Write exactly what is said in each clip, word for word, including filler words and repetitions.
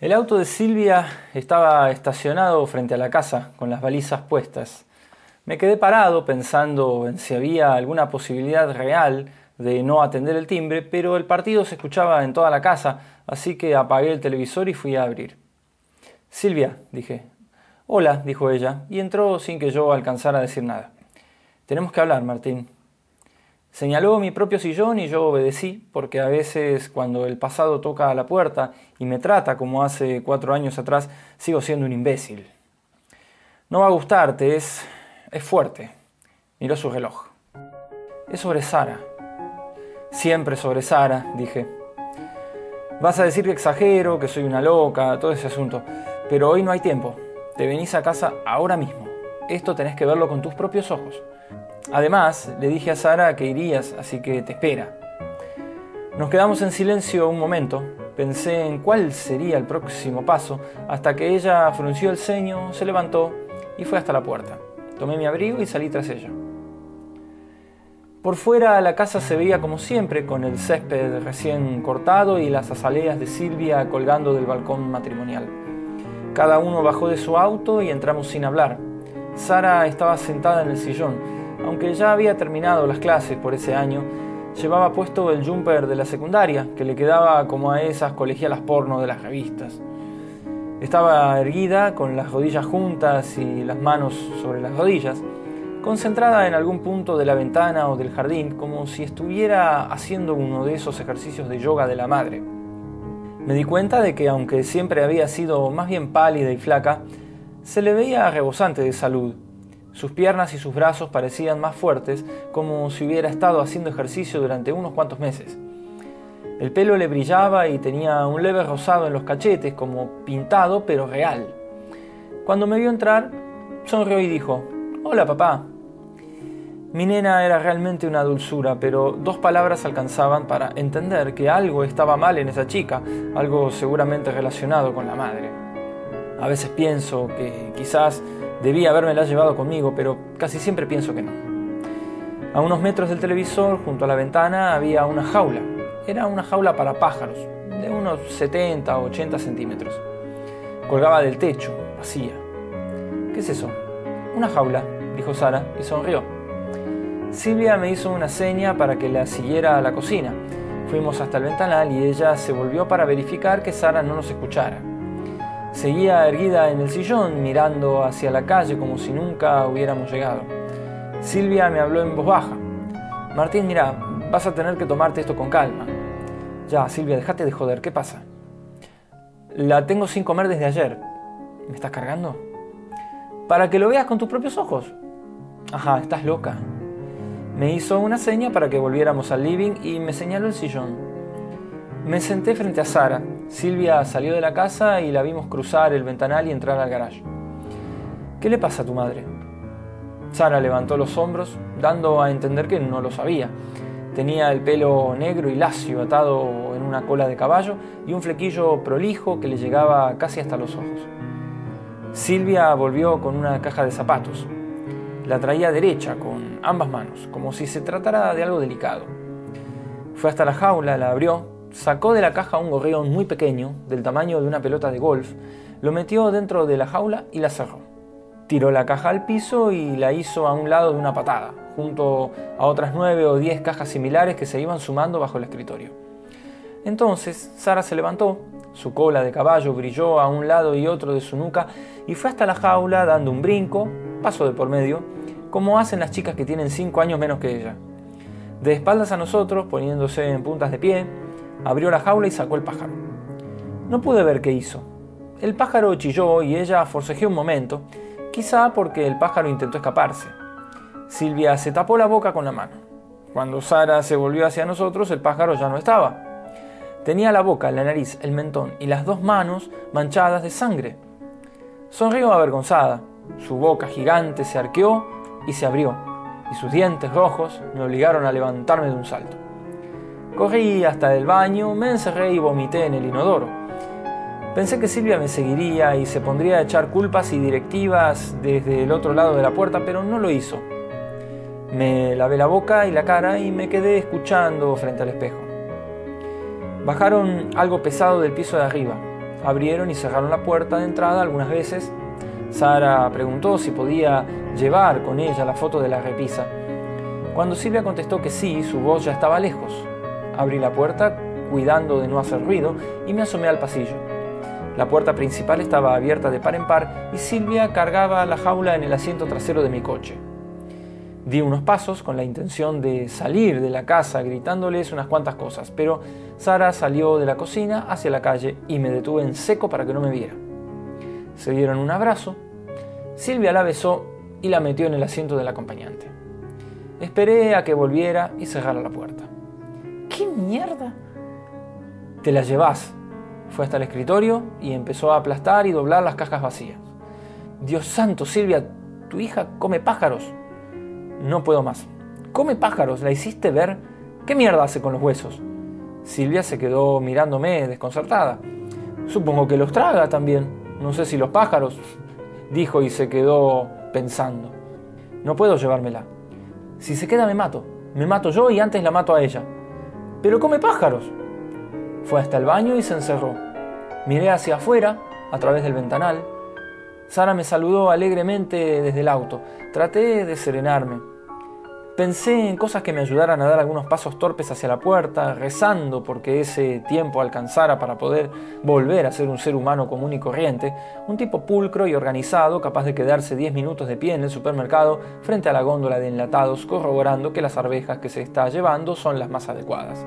El auto de Silvia estaba estacionado frente a la casa, con las balizas puestas. Me quedé parado pensando en si había alguna posibilidad real de no atender el timbre, pero el partido se escuchaba en toda la casa, así que apagué el televisor y fui a abrir. «Silvia», dije. «Hola», dijo ella, y entró sin que yo alcanzara a decir nada. «Tenemos que hablar, Martín». Señaló mi propio sillón y yo obedecí, porque a veces cuando el pasado toca a la puerta y me trata como hace cuatro años atrás, sigo siendo un imbécil. «No va a gustarte, es... es fuerte». Miró su reloj. «Es sobre Sara». «Siempre sobre Sara», dije. «Vas a decir que exagero, que soy una loca, todo ese asunto, pero hoy no hay tiempo. Te venís a casa ahora mismo. Esto tenés que verlo con tus propios ojos. Además, le dije a Sara que irías, así que te espera». Nos quedamos en silencio un momento. Pensé en cuál sería el próximo paso, hasta que ella frunció el ceño, se levantó y fue hasta la puerta. Tomé mi abrigo y salí tras ella. Por fuera la casa se veía como siempre, con el césped recién cortado y las azaleas de Silvia colgando del balcón matrimonial. Cada uno bajó de su auto y entramos sin hablar. Sara estaba sentada en el sillón. Aunque ya había terminado las clases por ese año, llevaba puesto el jumper de la secundaria, que le quedaba como a esas colegialas porno de las revistas. Estaba erguida, con las rodillas juntas y las manos sobre las rodillas, concentrada en algún punto de la ventana o del jardín, como si estuviera haciendo uno de esos ejercicios de yoga de la madre. Me di cuenta de que, aunque siempre había sido más bien pálida y flaca, se le veía rebosante de salud. Sus piernas y sus brazos parecían más fuertes, como si hubiera estado haciendo ejercicio durante unos cuantos meses. El pelo le brillaba y tenía un leve rosado en los cachetes, como pintado pero real. Cuando me vio entrar, sonrió y dijo: «Hola, papá». Mi nena era realmente una dulzura, pero dos palabras alcanzaban para entender que algo estaba mal en esa chica, algo seguramente relacionado con la madre. A veces pienso que quizás debía habérmela llevado conmigo, pero casi siempre pienso que no. A unos metros del televisor, junto a la ventana, había una jaula. Era una jaula para pájaros, de unos setenta o ochenta centímetros. Colgaba del techo, vacía. «¿Qué es eso?» «Una jaula», dijo Sara y sonrió. Silvia me hizo una seña para que la siguiera a la cocina. Fuimos hasta el ventanal y ella se volvió para verificar que Sara no nos escuchara. Seguía erguida en el sillón, mirando hacia la calle como si nunca hubiéramos llegado. Silvia me habló en voz baja. «Martín, mira, vas a tener que tomarte esto con calma». «Ya, Silvia, déjate de joder, ¿qué pasa?» «La tengo sin comer desde ayer». «¿Me estás cargando?» «Para que lo veas con tus propios ojos». «Ajá, estás loca». Me hizo una seña para que volviéramos al living y me señaló el sillón. Me senté frente a Sara. Silvia salió de la casa y la vimos cruzar el ventanal y entrar al garaje. «¿Qué le pasa a tu madre?» Sara levantó los hombros, dando a entender que no lo sabía. Tenía el pelo negro y lacio, atado en una cola de caballo, y un flequillo prolijo que le llegaba casi hasta los ojos. Silvia volvió con una caja de zapatos. La traía derecha, con ambas manos, como si se tratara de algo delicado. Fue hasta la jaula, la abrió, sacó de la caja un gorrión muy pequeño, del tamaño de una pelota de golf, lo metió dentro de la jaula y la cerró. Tiró la caja al piso y la hizo a un lado de una patada, junto a otras nueve o diez cajas similares que se iban sumando bajo el escritorio. Entonces Sara se levantó, su cola de caballo brilló a un lado y otro de su nuca y fue hasta la jaula dando un brinco, paso de por medio, como hacen las chicas que tienen cinco años menos que ella. De espaldas a nosotros, poniéndose en puntas de pie, abrió la jaula y sacó el pájaro. No pude ver qué hizo. El pájaro chilló y ella forcejeó un momento, quizá porque el pájaro intentó escaparse. Silvia se tapó la boca con la mano. Cuando Sara se volvió hacia nosotros, el pájaro ya no estaba. Tenía la boca, la nariz, el mentón y las dos manos manchadas de sangre. Sonrió avergonzada. Su boca gigante se arqueó y se abrió, y sus dientes rojos me obligaron a levantarme de un salto. Corrí hasta el baño, me encerré y vomité en el inodoro. Pensé que Silvia me seguiría y se pondría a echar culpas y directivas desde el otro lado de la puerta, pero no lo hizo. Me lavé la boca y la cara y me quedé escuchando frente al espejo. Bajaron algo pesado del piso de arriba. Abrieron y cerraron la puerta de entrada algunas veces. Sara preguntó si podía llevar con ella la foto de la repisa. Cuando Silvia contestó que sí, su voz ya estaba lejos. Abrí la puerta, cuidando de no hacer ruido, y me asomé al pasillo. La puerta principal estaba abierta de par en par y Silvia cargaba la jaula en el asiento trasero de mi coche. Di unos pasos con la intención de salir de la casa gritándoles unas cuantas cosas, pero Sara salió de la cocina hacia la calle y me detuve en seco para que no me viera. Se dieron un abrazo, Silvia la besó y la metió en el asiento del acompañante. Esperé a que volviera y cerrara la puerta. ¿Qué mierda? Te la llevás. Fue hasta el escritorio y empezó a aplastar y doblar las cajas vacías. Dios santo, Silvia, tu hija come pájaros. No puedo más. Come pájaros, ¿la hiciste ver? ¿Qué mierda hace con los huesos? Silvia se quedó mirándome desconcertada. Supongo que los traga también. No sé si los pájaros, dijo y se quedó pensando. No puedo llevármela. Si se queda me mato. Me mato yo y antes la mato a ella. Pero come pájaros. Fue hasta el baño y se encerró. Miré hacia afuera, a través del ventanal. Sara me saludó alegremente desde el auto. Traté de serenarme. Pensé en cosas que me ayudaran a dar algunos pasos torpes hacia la puerta, rezando porque ese tiempo alcanzara para poder volver a ser un ser humano común y corriente, un tipo pulcro y organizado, capaz de quedarse diez minutos de pie en el supermercado frente a la góndola de enlatados, corroborando que las arvejas que se está llevando son las más adecuadas.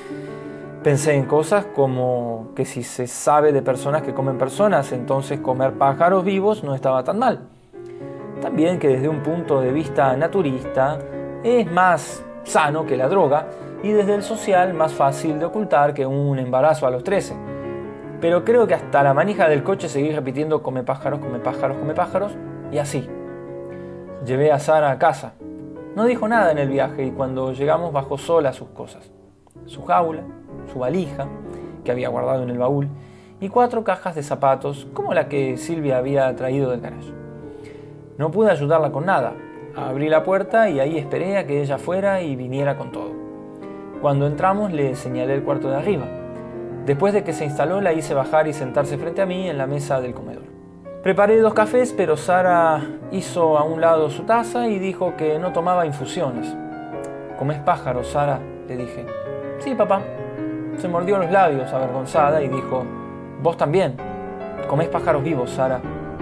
Pensé en cosas como que si se sabe de personas que comen personas, entonces comer pájaros vivos no estaba tan mal. También que desde un punto de vista naturista es más sano que la droga y desde el social más fácil de ocultar que un embarazo a los trece. Pero creo que hasta la manija del coche seguí repitiendo come pájaros, come pájaros, come pájaros y así. Llevé a Sara a casa. No dijo nada en el viaje y cuando llegamos bajó sola sus cosas. Su jaula, su valija, que había guardado en el baúl, y cuatro cajas de zapatos, como la que Silvia había traído del garaje. No pude ayudarla con nada. Abrí la puerta y ahí esperé a que ella fuera y viniera con todo. Cuando entramos le señalé el cuarto de arriba. Después de que se instaló la hice bajar y sentarse frente a mí en la mesa del comedor. Preparé dos cafés, pero Sara hizo a un lado su taza y dijo que no tomaba infusiones. ¿Comés pájaros, Sara?, le dije. Sí, papá. Se mordió los labios avergonzada y dijo, vos también. ¿Comés pájaros vivos, Sara?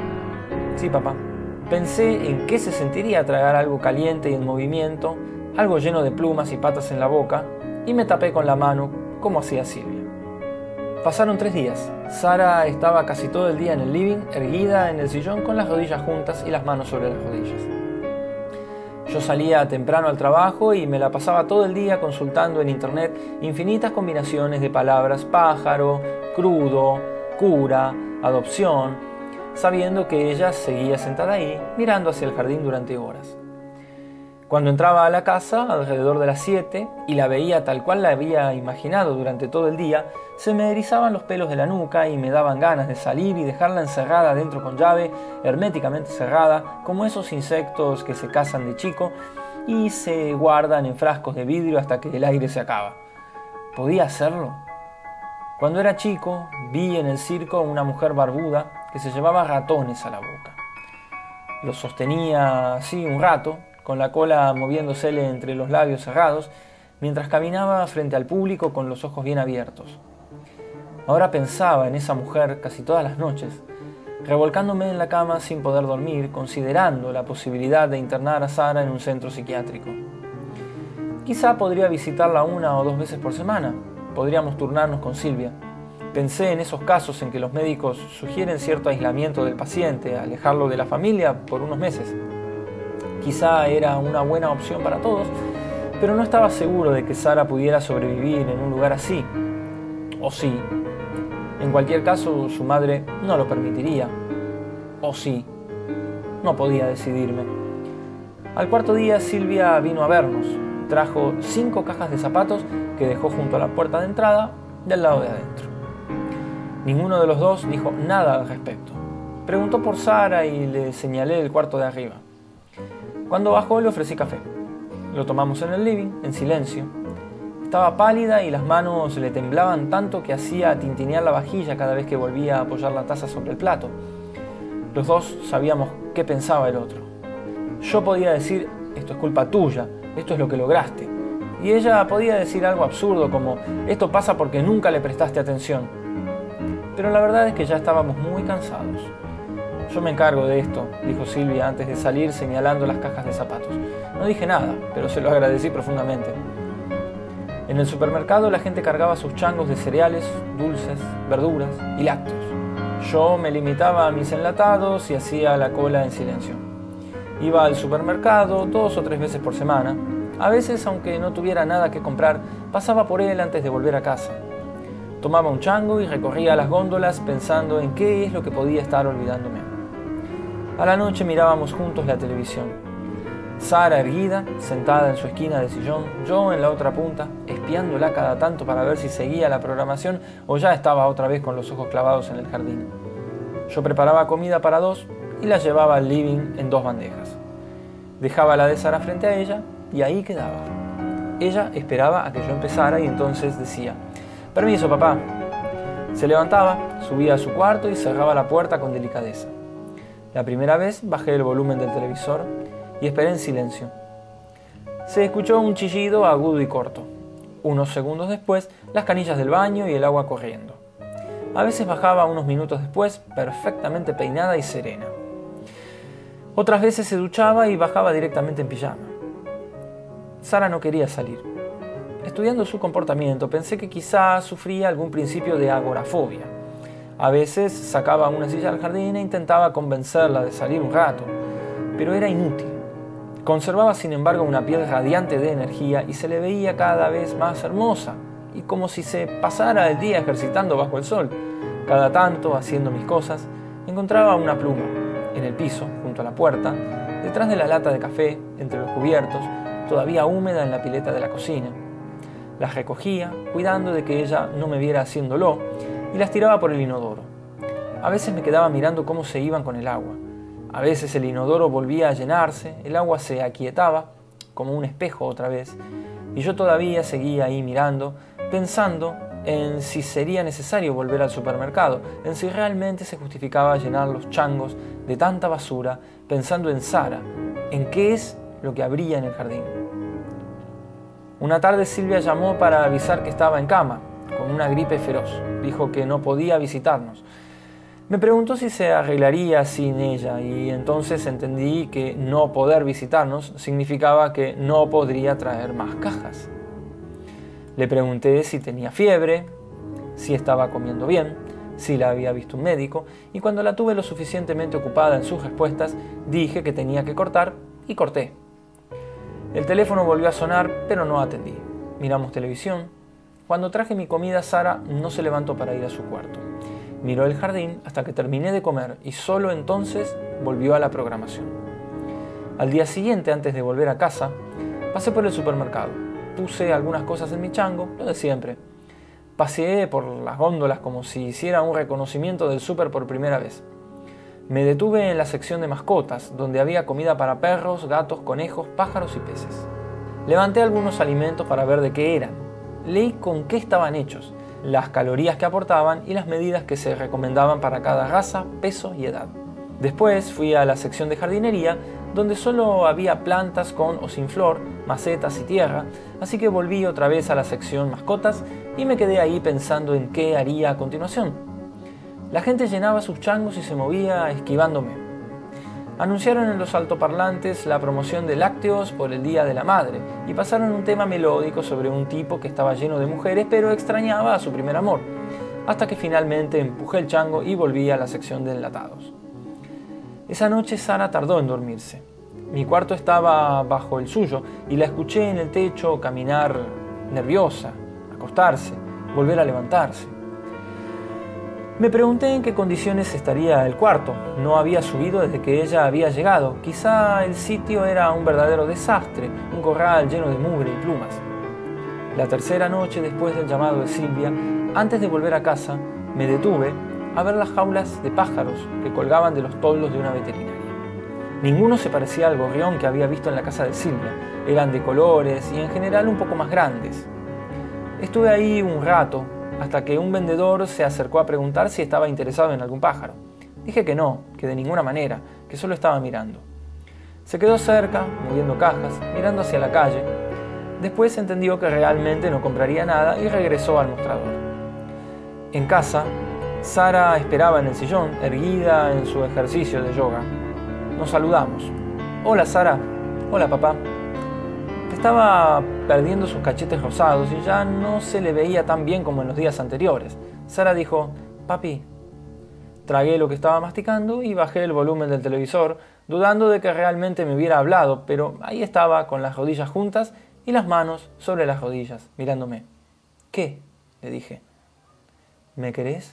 Sí, papá. Pensé en qué se sentiría tragar algo caliente y en movimiento, algo lleno de plumas y patas en la boca, y me tapé con la mano, como hacía Silvia. Pasaron tres días. Sara estaba casi todo el día en el living, erguida en el sillón con las rodillas juntas y las manos sobre las rodillas. Yo salía temprano al trabajo y me la pasaba todo el día consultando en internet infinitas combinaciones de palabras pájaro, crudo, cura, adopción, sabiendo que ella seguía sentada ahí, mirando hacia el jardín durante horas. Cuando entraba a la casa, alrededor de las siete, y la veía tal cual la había imaginado durante todo el día, se me erizaban los pelos de la nuca y me daban ganas de salir y dejarla encerrada dentro con llave, herméticamente cerrada, como esos insectos que se cazan de chico y se guardan en frascos de vidrio hasta que el aire se acaba. ¿Podía hacerlo? Cuando era chico, vi en el circo una mujer barbuda que se llevaba ratones a la boca. Los sostenía así un rato, con la cola moviéndosele entre los labios cerrados, mientras caminaba frente al público con los ojos bien abiertos. Ahora pensaba en esa mujer casi todas las noches, revolcándome en la cama sin poder dormir, considerando la posibilidad de internar a Sara en un centro psiquiátrico. Quizá podría visitarla una o dos veces por semana. Podríamos turnarnos con Silvia. Pensé en esos casos en que los médicos sugieren cierto aislamiento del paciente, alejarlo de la familia por unos meses. Quizá era una buena opción para todos, pero no estaba seguro de que Sara pudiera sobrevivir en un lugar así. O sí. En cualquier caso, su madre no lo permitiría. O sí. No podía decidirme. Al cuarto día, Silvia vino a vernos. Trajo cinco cajas de zapatos que dejó junto a la puerta de entrada del lado de adentro. Ninguno de los dos dijo nada al respecto. Preguntó por Sara y le señalé el cuarto de arriba. Cuando bajó le ofrecí café. Lo tomamos en el living, en silencio. Estaba pálida y las manos le temblaban tanto que hacía tintinear la vajilla cada vez que volvía a apoyar la taza sobre el plato. Los dos sabíamos qué pensaba el otro. Yo podía decir, esto es culpa tuya, esto es lo que lograste. Y ella podía decir algo absurdo como, esto pasa porque nunca le prestaste atención. Pero la verdad es que ya estábamos muy cansados. Yo me encargo de esto, dijo Silvia antes de salir señalando las cajas de zapatos. No dije nada, pero se lo agradecí profundamente. En el supermercado la gente cargaba sus changos de cereales, dulces, verduras y lácteos. Yo me limitaba a mis enlatados y hacía la cola en silencio. Iba al supermercado dos o tres veces por semana. A veces, aunque no tuviera nada que comprar, pasaba por él antes de volver a casa. Tomaba un chango y recorría las góndolas pensando en qué es lo que podía estar olvidándome. A la noche mirábamos juntos la televisión. Sara erguida, sentada en su esquina de sillón, yo en la otra punta, espiándola cada tanto para ver si seguía la programación o ya estaba otra vez con los ojos clavados en el jardín. Yo preparaba comida para dos y la llevaba al living en dos bandejas. Dejaba la de Sara frente a ella y ahí quedaba. Ella esperaba a que yo empezara y entonces decía, «Permiso, papá». Se levantaba, subía a su cuarto y cerraba la puerta con delicadeza. La primera vez bajé el volumen del televisor y esperé en silencio. Se escuchó un chillido agudo y corto. Unos segundos después, las canillas del baño y el agua corriendo. A veces bajaba unos minutos después, perfectamente peinada y serena. Otras veces se duchaba y bajaba directamente en pijama. Sara no quería salir. Estudiando su comportamiento, pensé que quizá sufría algún principio de agorafobia. A veces sacaba una silla al jardín e intentaba convencerla de salir un rato, pero era inútil. Conservaba, sin embargo, una piel radiante de energía y se le veía cada vez más hermosa, y como si se pasara el día ejercitando bajo el sol. Cada tanto, haciendo mis cosas, encontraba una pluma, en el piso, junto a la puerta, detrás de la lata de café, entre los cubiertos, todavía húmeda en la pileta de la cocina. Las recogía, cuidando de que ella no me viera haciéndolo, y las tiraba por el inodoro. A veces me quedaba mirando cómo se iban con el agua. A veces el inodoro volvía a llenarse, el agua se aquietaba, como un espejo otra vez, y yo todavía seguía ahí mirando, pensando en si sería necesario volver al supermercado, en si realmente se justificaba llenar los changos de tanta basura, pensando en Sara, en qué es lo que habría en el jardín. Una tarde Silvia llamó para avisar que estaba en cama, con una gripe feroz. Dijo que no podía visitarnos. Me preguntó si se arreglaría sin ella y entonces entendí que no poder visitarnos significaba que no podría traer más cajas. Le pregunté si tenía fiebre, si estaba comiendo bien, si la había visto un médico, y cuando la tuve lo suficientemente ocupada en sus respuestas, dije que tenía que cortar y corté. El teléfono volvió a sonar, pero no atendí. Miramos televisión. Cuando traje mi comida, Sara no se levantó para ir a su cuarto. Miró el jardín hasta que terminé de comer y solo entonces volvió a la programación. Al día siguiente, antes de volver a casa, pasé por el supermercado. Puse algunas cosas en mi chango, lo de siempre. Paseé por las góndolas como si hiciera un reconocimiento del súper por primera vez. Me detuve en la sección de mascotas, donde había comida para perros, gatos, conejos, pájaros y peces. Levanté algunos alimentos para ver de qué eran. Leí con qué estaban hechos, las calorías que aportaban y las medidas que se recomendaban para cada raza, peso y edad. Después fui a la sección de jardinería, donde solo había plantas con o sin flor, macetas y tierra, así que volví otra vez a la sección mascotas y me quedé ahí pensando en qué haría a continuación. La gente llenaba sus changos y se movía esquivándome. Anunciaron en los altoparlantes la promoción de lácteos por el Día de la Madre y pasaron un tema melódico sobre un tipo que estaba lleno de mujeres pero extrañaba a su primer amor, hasta que finalmente empujé el chango y volví a la sección de enlatados. Esa noche Sara tardó en dormirse. Mi cuarto estaba bajo el suyo y la escuché en el techo caminar nerviosa, acostarse, volver a levantarse. Me pregunté en qué condiciones estaría el cuarto. No había subido desde que ella había llegado. Quizá el sitio era un verdadero desastre, un corral lleno de mugre y plumas. La tercera noche después del llamado de Silvia, antes de volver a casa, me detuve a ver las jaulas de pájaros que colgaban de los toldos de una veterinaria. Ninguno se parecía al gorrión que había visto en la casa de Silvia. Eran de colores y en general un poco más grandes. Estuve ahí un rato, hasta que un vendedor se acercó a preguntar si estaba interesado en algún pájaro. Dije que no, que de ninguna manera, que solo estaba mirando. Se quedó cerca, moviendo cajas, mirando hacia la calle. Después entendió que realmente no compraría nada y regresó al mostrador. En casa, Sara esperaba en el sillón, erguida en su ejercicio de yoga. Nos saludamos. Hola Sara. Hola papá. Estaba perdiendo sus cachetes rosados y ya no se le veía tan bien como en los días anteriores. Sara dijo, papi. Tragué lo que estaba masticando y bajé el volumen del televisor, dudando de que realmente me hubiera hablado, pero ahí estaba con las rodillas juntas y las manos sobre las rodillas, mirándome. ¿Qué?, le dije. ¿Me querés?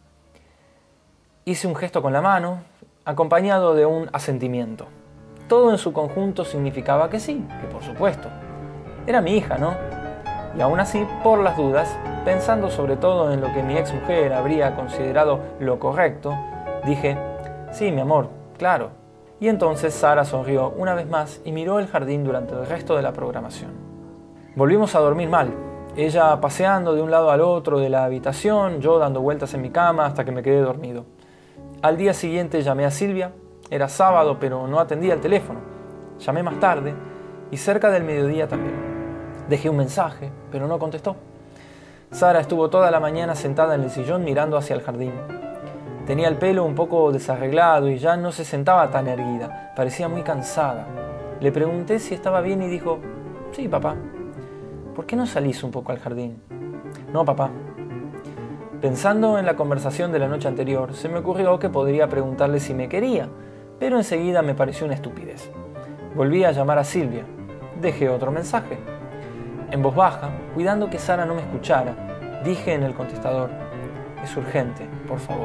Hice un gesto con la mano, acompañado de un asentimiento. Todo en su conjunto significaba que sí, que por supuesto. Era mi hija, ¿no? Y aún así, por las dudas, pensando sobre todo en lo que mi ex mujer habría considerado lo correcto, dije, sí, mi amor, claro. Y entonces Sara sonrió una vez más y miró el jardín durante el resto de la programación. Volvimos a dormir mal. Ella paseando de un lado al otro de la habitación, yo dando vueltas en mi cama hasta que me quedé dormido. Al día siguiente llamé a Silvia. Era sábado, pero no atendía el teléfono. Llamé más tarde y cerca del mediodía también. Dejé un mensaje, pero no contestó. Sara estuvo toda la mañana sentada en el sillón mirando hacia el jardín. Tenía el pelo un poco desarreglado y ya no se sentaba tan erguida. Parecía muy cansada. Le pregunté si estaba bien y dijo, sí, papá. ¿Por qué no salís un poco al jardín? No, papá. Pensando en la conversación de la noche anterior, se me ocurrió que podría preguntarle si me quería, pero enseguida me pareció una estupidez. Volví a llamar a Silvia. Dejé otro mensaje. En voz baja, cuidando que Sara no me escuchara, dije en el contestador, es urgente, por favor.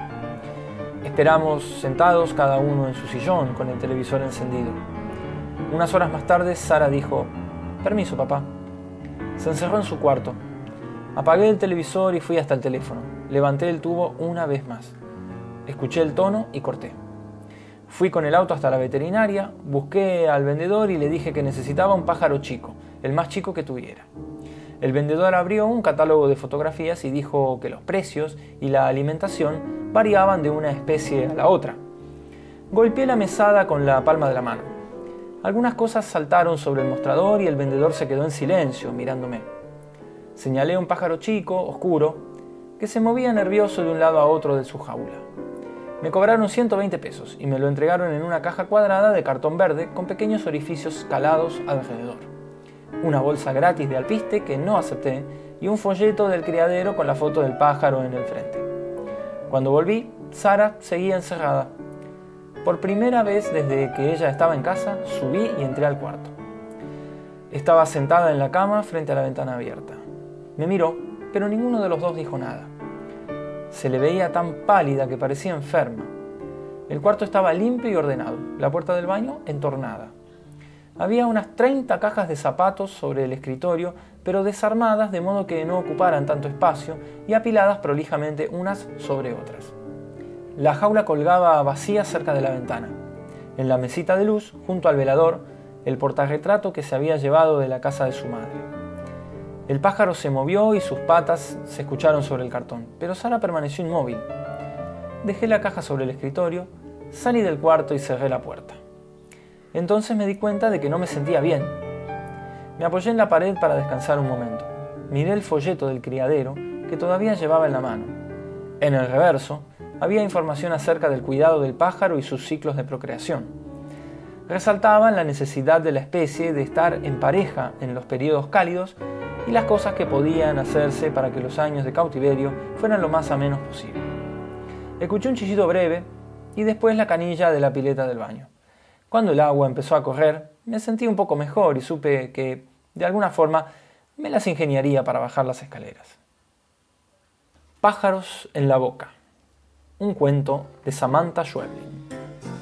Esperamos sentados cada uno en su sillón con el televisor encendido. Unas horas más tarde, Sara dijo, permiso, papá. Se encerró en su cuarto. Apagué el televisor y fui hasta el teléfono. Levanté el tubo una vez más. Escuché el tono y corté. Fui con el auto hasta la veterinaria, busqué al vendedor y le dije que necesitaba un pájaro chico, el más chico que tuviera. El vendedor abrió un catálogo de fotografías y dijo que los precios y la alimentación variaban de una especie a la otra. Golpeé la mesada con la palma de la mano. Algunas cosas saltaron sobre el mostrador y el vendedor se quedó en silencio, mirándome. Señalé un pájaro chico, oscuro, que se movía nervioso de un lado a otro de su jaula. Me cobraron ciento veinte pesos y me lo entregaron en una caja cuadrada de cartón verde con pequeños orificios calados alrededor. Una bolsa gratis de alpiste que no acepté y un folleto del criadero con la foto del pájaro en el frente. Cuando volví, Sara seguía encerrada. Por primera vez desde que ella estaba en casa, subí y entré al cuarto. Estaba sentada en la cama frente a la ventana abierta. Me miró, pero ninguno de los dos dijo nada. Se le veía tan pálida que parecía enferma. El cuarto estaba limpio y ordenado, la puerta del baño entornada. Había unas treinta cajas de zapatos sobre el escritorio, pero desarmadas de modo que no ocuparan tanto espacio y apiladas prolijamente unas sobre otras. La jaula colgaba vacía cerca de la ventana. En la mesita de luz, junto al velador, el portarretrato que se había llevado de la casa de su madre. El pájaro se movió y sus patas se escucharon sobre el cartón, pero Sara permaneció inmóvil. Dejé la caja sobre el escritorio, salí del cuarto y cerré la puerta. Entonces me di cuenta de que no me sentía bien. Me apoyé en la pared para descansar un momento. Miré el folleto del criadero que todavía llevaba en la mano. En el reverso había información acerca del cuidado del pájaro y sus ciclos de procreación. Resaltaban la necesidad de la especie de estar en pareja en los periodos cálidos y las cosas que podían hacerse para que los años de cautiverio fueran lo más amenos posible. Escuché un chillido breve y después la canilla de la pileta del baño. Cuando el agua empezó a correr, me sentí un poco mejor y supe que, de alguna forma, me las ingeniaría para bajar las escaleras. Pájaros en la boca. Un cuento de Samantha Schweblin.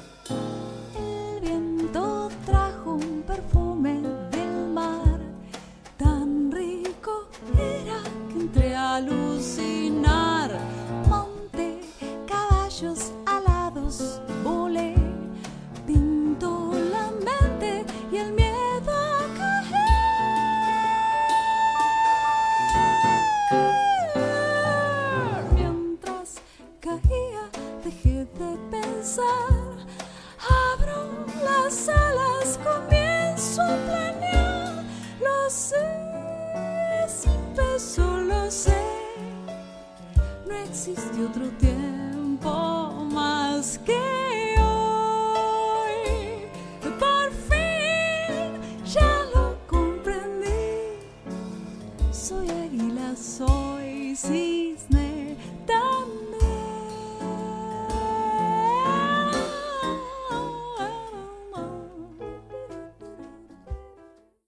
Alucinar, monté caballos alados, volé, pintó la mente y el miedo a caer. existe otro tiempo más que hoy. Por fin ya lo comprendí. Soy águila, soy cisne.